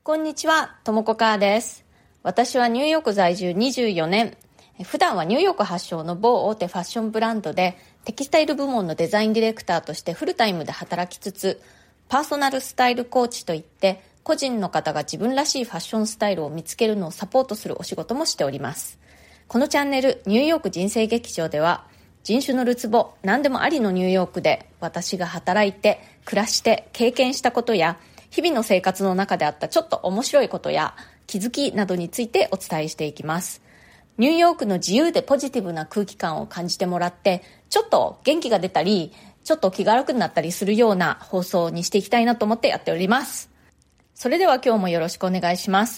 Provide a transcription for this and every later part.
こんにちは、ともこかーです。私はニューヨーク在住24年。普段はニューヨーク発祥の某大手ファッションブランドでテキスタイル部門のデザインディレクターとしてフルタイムで働きつつ、パーソナルスタイルコーチといって個人の方が自分らしいファッションスタイルを見つけるのをサポートするお仕事もしております。このチャンネルニューヨーク人生劇場では、人種のるつぼ何でもありのニューヨークで私が働いて暮らして経験したことや、日々の生活の中であったちょっと面白いことや気づきなどについてお伝えしていきます。ニューヨークの自由でポジティブな空気感を感じてもらって、ちょっと元気が出たりちょっと気が楽になったりするような放送にしていきたいなと思ってやっております。それでは今日もよろしくお願いします。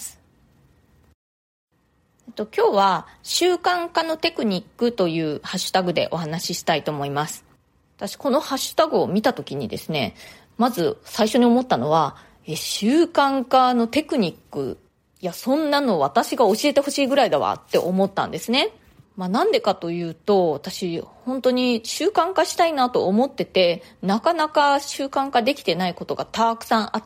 今日は習慣化のテクニックというハッシュタグでお話ししたいと思います。私このハッシュタグを見たときにですね、まず最初に思ったのは、習慣化のテクニック、いやそんなの私が教えてほしいぐらいだわって思ったんですね。なんでかというと、私本当に習慣化したいなと思ってて、なかなか習慣化できてないことがたくさんあって、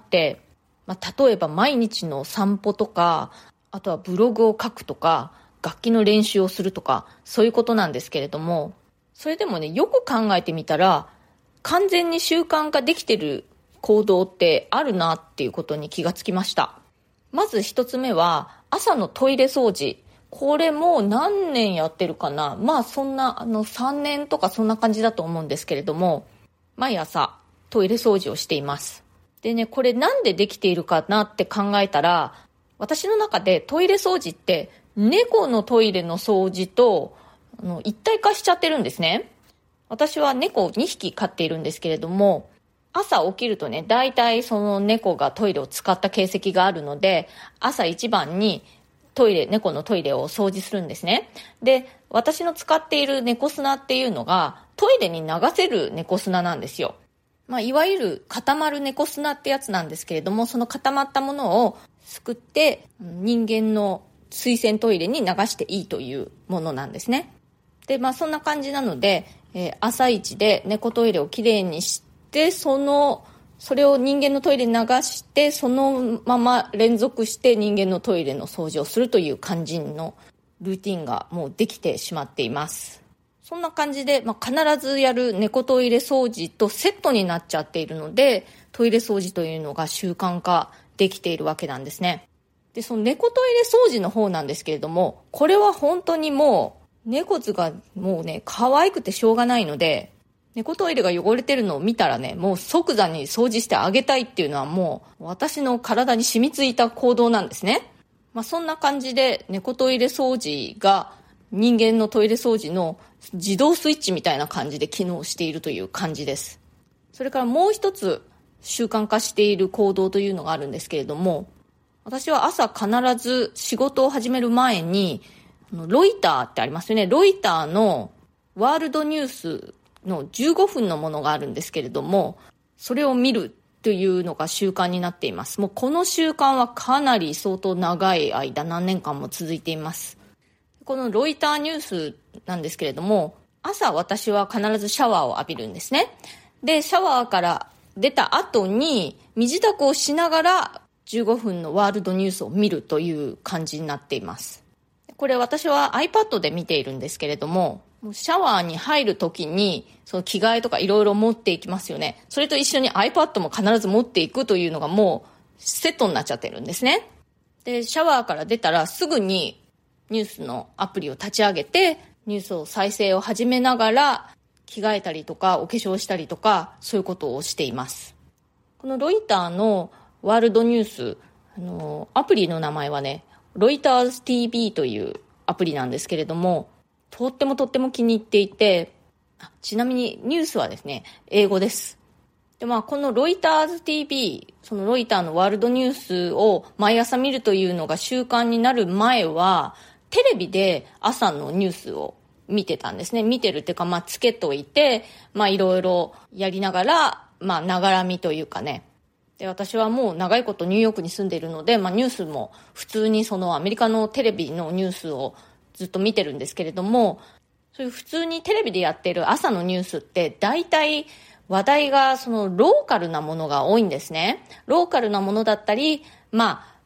例えば毎日の散歩とか、あとはブログを書くとか、楽器の練習をするとか、そういうことなんですけれども、それでもね、よく考えてみたら完全に習慣化できてる行動ってあるなっていうことに気がつきました。まず一つ目は朝のトイレ掃除。これもう何年やってるかな。そんな3年とかそんな感じだと思うんですけれども、毎朝トイレ掃除をしています。でね、これなんでできているかなって考えたら、私の中でトイレ掃除って猫のトイレの掃除と一体化しちゃってるんですね。私は猫を2匹飼っているんですけれども、朝起きるとね、だいたいその猫がトイレを使った形跡があるので、朝一番に猫のトイレを掃除するんですね。で、私の使っている猫砂っていうのがトイレに流せる猫砂なんですよ。いわゆる固まる猫砂ってやつなんですけれども、その固まったものをすくって人間の水洗トイレに流していいというものなんですね。で、そんな感じなので、朝一で猫トイレをきれいにして、それを人間のトイレに流して、そのまま連続して人間のトイレの掃除をするという感じのルーティンがもうできてしまっています。そんな感じで、必ずやる猫トイレ掃除とセットになっちゃっているので、トイレ掃除というのが習慣化できているわけなんですね。で、その猫トイレ掃除の方なんですけれども、これは本当にもう猫図がもうね、可愛くてしょうがないので、猫トイレが汚れてるのを見たらね、もう即座に掃除してあげたいっていうのはもう私の体に染みついた行動なんですね。そんな感じで猫トイレ掃除が人間のトイレ掃除の自動スイッチみたいな感じで機能しているという感じです。それからもう一つ習慣化している行動というのがあるんですけれども、私は朝必ず仕事を始める前にロイターってありますよね。ロイターのワールドニュースの15分のものがあるんですけれども、それを見るというのが習慣になっています。もうこの習慣はかなり相当長い間、何年間も続いています。このロイターニュースなんですけれども、朝私は必ずシャワーを浴びるんですね。で、シャワーから出た後に身支度をしながら15分のワールドニュースを見るという感じになっています。これ私は iPad で見ているんですけれども、シャワーに入るときにその着替えとかいろいろ持っていきますよね。それと一緒に iPad も必ず持っていくというのがもうセットになっちゃってるんですね。で、シャワーから出たらすぐにニュースのアプリを立ち上げて、ニュースを再生を始めながら着替えたりとかお化粧したりとか、そういうことをしています。このロイターのワールドニュース、アプリの名前はね、ロイターズ TV というアプリなんですけれども、とっても気に入っていて、ちなみにニュースはですね、英語です。で、このロイターズ TV、そのロイターのワールドニュースを毎朝見るというのが習慣になる前は、テレビで朝のニュースを見てたんですね。見てるっていうか、つけといて、いろいろやりながら、ながら見というかね。で、私はもう長いことニューヨークに住んでいるので、ニュースも普通にそのアメリカのテレビのニュースをずっと見てるんですけれども、そういう普通にテレビでやってる朝のニュースって大体話題がそのローカルなものが多いんですね。ローカルなものだったり、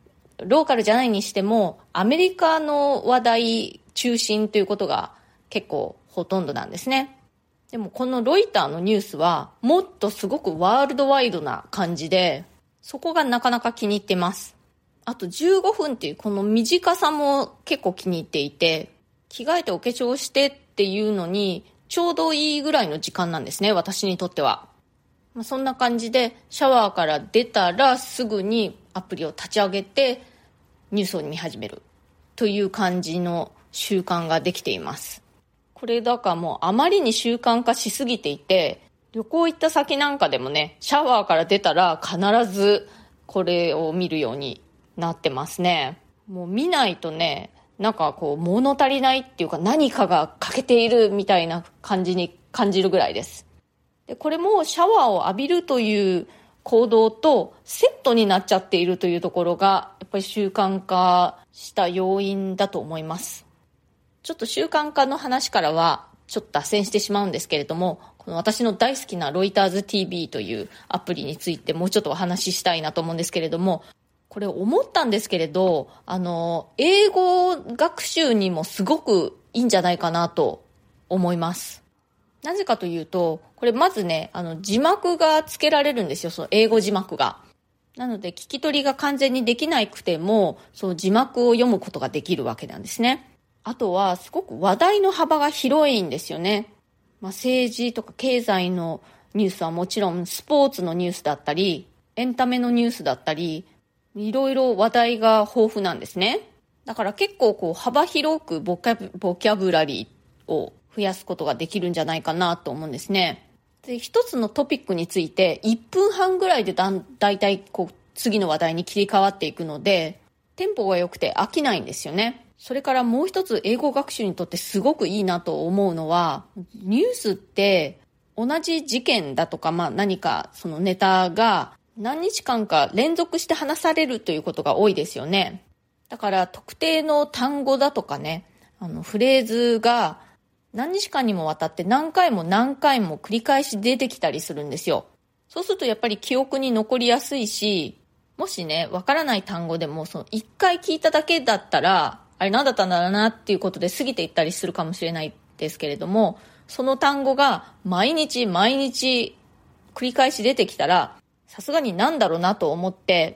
ローカルじゃないにしてもアメリカの話題中心ということが結構ほとんどなんですね。でもこのロイターのニュースはもっとすごくワールドワイドな感じで、そこがなかなか気に入ってます。あと15分っていうこの短さも結構気に入っていて、着替えてお化粧してっていうのにちょうどいいぐらいの時間なんですね、私にとっては。そんな感じでシャワーから出たらすぐにアプリを立ち上げてニュースを見始めるという感じの習慣ができています。これだからもうあまりに習慣化しすぎていて、旅行行った先なんかでもね、シャワーから出たら必ずこれを見るようになってますね。もう見ないとね、なんかこう物足りないっていうか何かが欠けているみたいな感じに感じるぐらいです。でこれもシャワーを浴びるという行動とセットになっちゃっているというところがやっぱり習慣化した要因だと思います。ちょっと習慣化の話からはちょっと脱線してしまうんですけれども、この私の大好きなロイターズ TV というアプリについてもうちょっとお話ししたいなと思うんですけれども、これ思ったんですけれど、英語学習にもすごくいいんじゃないかなと思います。なぜかというと、これまずね、字幕がつけられるんですよ、その英語字幕が。なので聞き取りが完全にできなくても、その字幕を読むことができるわけなんですね。あとはすごく話題の幅が広いんですよね。政治とか経済のニュースはもちろん、スポーツのニュースだったり、エンタメのニュースだったり、いろいろ話題が豊富なんですね。だから結構こう幅広くボキャブラリーを増やすことができるんじゃないかなと思うんですね。で、一つのトピックについて1分半ぐらいでだいたいこう次の話題に切り替わっていくので、テンポが良くて飽きないんですよね。それからもう一つ英語学習にとってすごくいいなと思うのは、ニュースって同じ事件だとか、何かそのネタが何日間か連続して話されるということが多いですよね。だから特定の単語だとかね、フレーズが何日間にもわたって何回も繰り返し出てきたりするんですよ。そうするとやっぱり記憶に残りやすいし、もしね、わからない単語でもその一回聞いただけだったら、あれ何だったんだろうなっていうことで過ぎていったりするかもしれないですけれども、その単語が毎日繰り返し出てきたら、さすがになんだろうなと思って、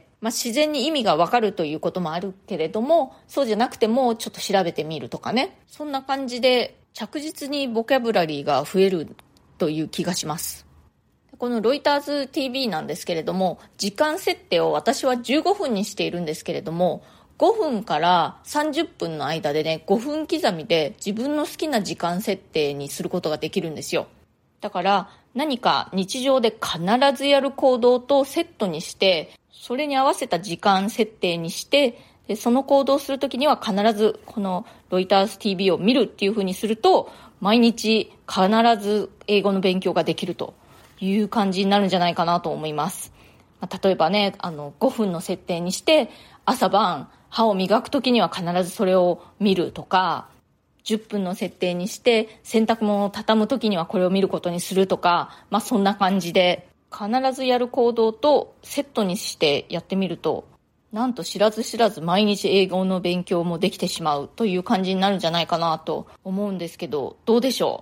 自然に意味がわかるということもあるけれども、そうじゃなくてもちょっと調べてみるとかね。そんな感じで着実にボキャブラリーが増えるという気がします。このロイターズ TV なんですけれども、時間設定を私は15分にしているんですけれども、5分から30分の間でね、5分刻みで自分の好きな時間設定にすることができるんですよ。だから何か日常で必ずやる行動とセットにして、それに合わせた時間設定にして、でその行動をするときには必ずこのロイターズ TV を見るっていう風にすると、毎日必ず英語の勉強ができるという感じになるんじゃないかなと思います。例えばね、5分の設定にして朝晩歯を磨くときには必ずそれを見るとか、10分の設定にして洗濯物を畳むときにはこれを見ることにするとか、そんな感じで必ずやる行動とセットにしてやってみると、なんと知らず知らず毎日英語の勉強もできてしまうという感じになるんじゃないかなと思うんですけど、どうでしょ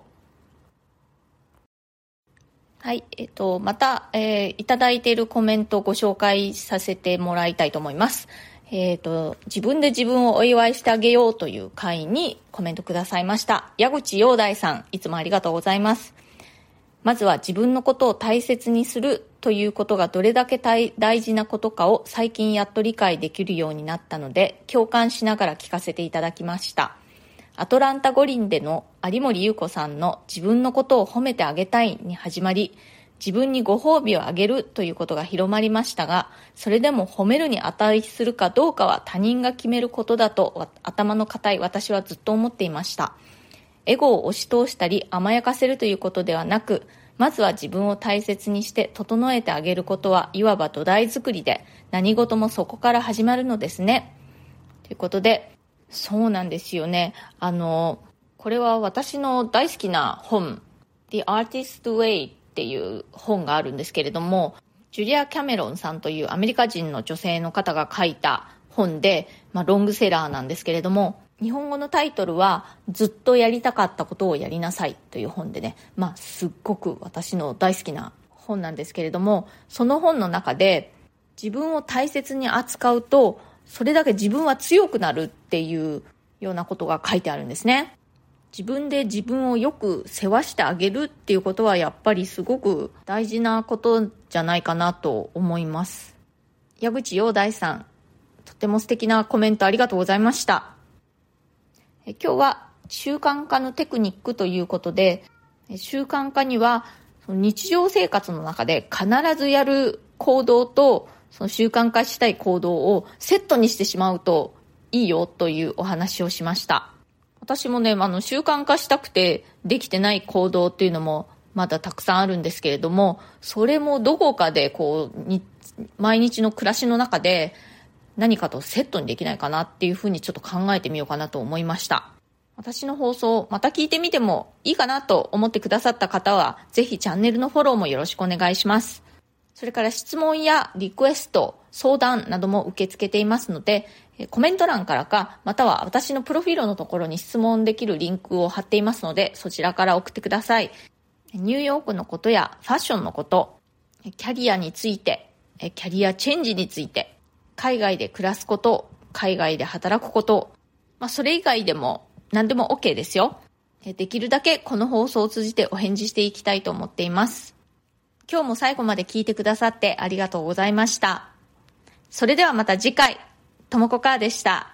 う？はい、また、いただいているコメントをご紹介させてもらいたいと思います。自分で自分をお祝いしてあげようという回にコメントくださいました。矢口陽大さん、いつもありがとうございます。まずは自分のことを大切にするということがどれだけ大事なことかを最近やっと理解できるようになったので、共感しながら聞かせていただきました。アトランタ五輪での有森裕子さんの自分のことを褒めてあげたいに始まり、自分にご褒美をあげるということが広まりましたが、それでも褒めるに値するかどうかは他人が決めることだと頭の固い私はずっと思っていました。エゴを押し通したり甘やかせるということではなく、まずは自分を大切にして整えてあげることはいわば土台作りで、何事もそこから始まるのですね。ということで、そうなんですよね。これは私の大好きな本、The Artist Wayっていう本があるんですけれども、ジュリア・キャメロンさんというアメリカ人の女性の方が書いた本で、ロングセラーなんですけれども、日本語のタイトルはずっとやりたかったことをやりなさいという本でね、すっごく私の大好きな本なんですけれども、その本の中で自分を大切に扱うとそれだけ自分は強くなるっていうようなことが書いてあるんですね。自分で自分をよく世話してあげるっていうことはやっぱりすごく大事なことじゃないかなと思います。矢口陽大さん、とても素敵なコメントありがとうございました。今日は習慣化のテクニックということで、習慣化には日常生活の中で必ずやる行動とその習慣化したい行動をセットにしてしまうといいよというお話をしました。私もね、習慣化したくてできてない行動っていうのもまだたくさんあるんですけれども、それもどこかで毎日の暮らしの中で何かとセットにできないかなっていうふうにちょっと考えてみようかなと思いました。私の放送また聞いてみてもいいかなと思ってくださった方は、ぜひチャンネルのフォローもよろしくお願いします。それから質問やリクエスト、相談なども受け付けていますので、コメント欄からか、または私のプロフィールのところに質問できるリンクを貼っていますので、そちらから送ってください。ニューヨークのことやファッションのこと、キャリアについて、キャリアチェンジについて、海外で暮らすこと、海外で働くこと、それ以外でも何でも OK ですよ。できるだけこの放送を通じてお返事していきたいと思っています。今日も最後まで聞いてくださってありがとうございました。それではまた次回、ともこかーでした。